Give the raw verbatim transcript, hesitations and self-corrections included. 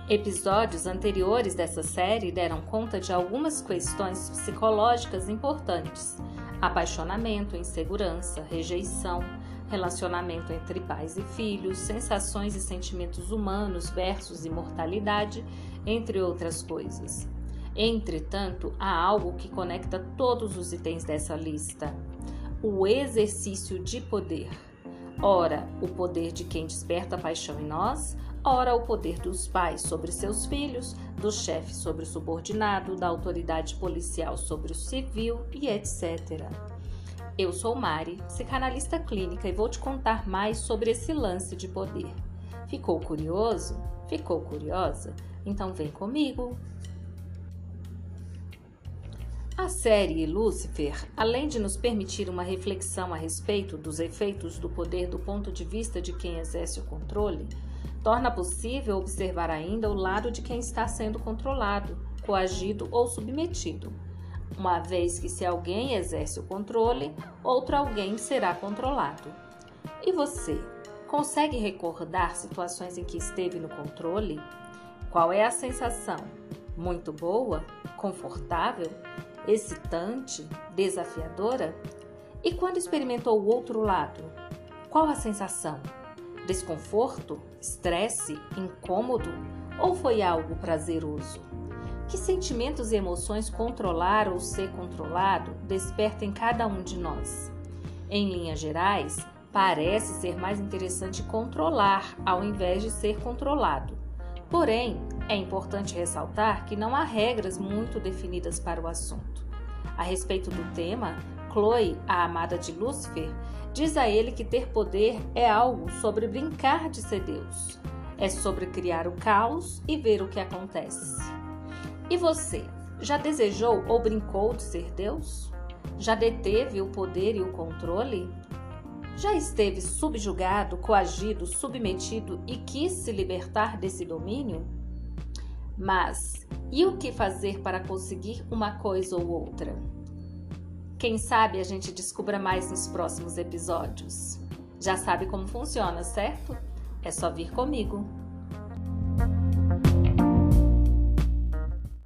Episódios anteriores dessa série deram conta de algumas questões psicológicas importantes: apaixonamento, insegurança, rejeição, relacionamento entre pais e filhos, sensações e sentimentos humanos versus imortalidade, entre outras coisas. Entretanto, há algo que conecta todos os itens dessa lista: o exercício de poder. Ora, o poder de quem desperta a paixão em nós, ora o poder dos pais sobre seus filhos, do chefe sobre o subordinado, da autoridade policial sobre o civil e etcétera. Eu sou Mari, psicanalista clínica, e vou te contar mais sobre esse lance de poder. Ficou curioso? Ficou curiosa? Então vem comigo! A série Lúcifer, além de nos permitir uma reflexão a respeito dos efeitos do poder do ponto de vista de quem exerce o controle, torna possível observar ainda o lado de quem está sendo controlado, coagido ou submetido, uma vez que se alguém exerce o controle, outro alguém será controlado. E você, consegue recordar situações em que esteve no controle? Qual é a sensação? Muito boa? Confortável? Excitante? Desafiadora? E quando experimentou o outro lado? Qual a sensação? Desconforto? Estresse? Incômodo? Ou foi algo prazeroso? Que sentimentos e emoções controlar ou ser controlado desperta em cada um de nós? Em linhas gerais, parece ser mais interessante controlar ao invés de ser controlado. Porém, é importante ressaltar que não há regras muito definidas para o assunto. A respeito do tema, Chloe, a amada de Lúcifer, diz a ele que ter poder é algo sobre brincar de ser Deus. É sobre criar o caos e ver o que acontece. E você, já desejou ou brincou de ser Deus? Já deteve o poder e o controle? Já esteve subjugado, coagido, submetido e quis se libertar desse domínio? Mas, e o que fazer para conseguir uma coisa ou outra? Quem sabe a gente descubra mais nos próximos episódios. Já sabe como funciona, certo? É só vir comigo.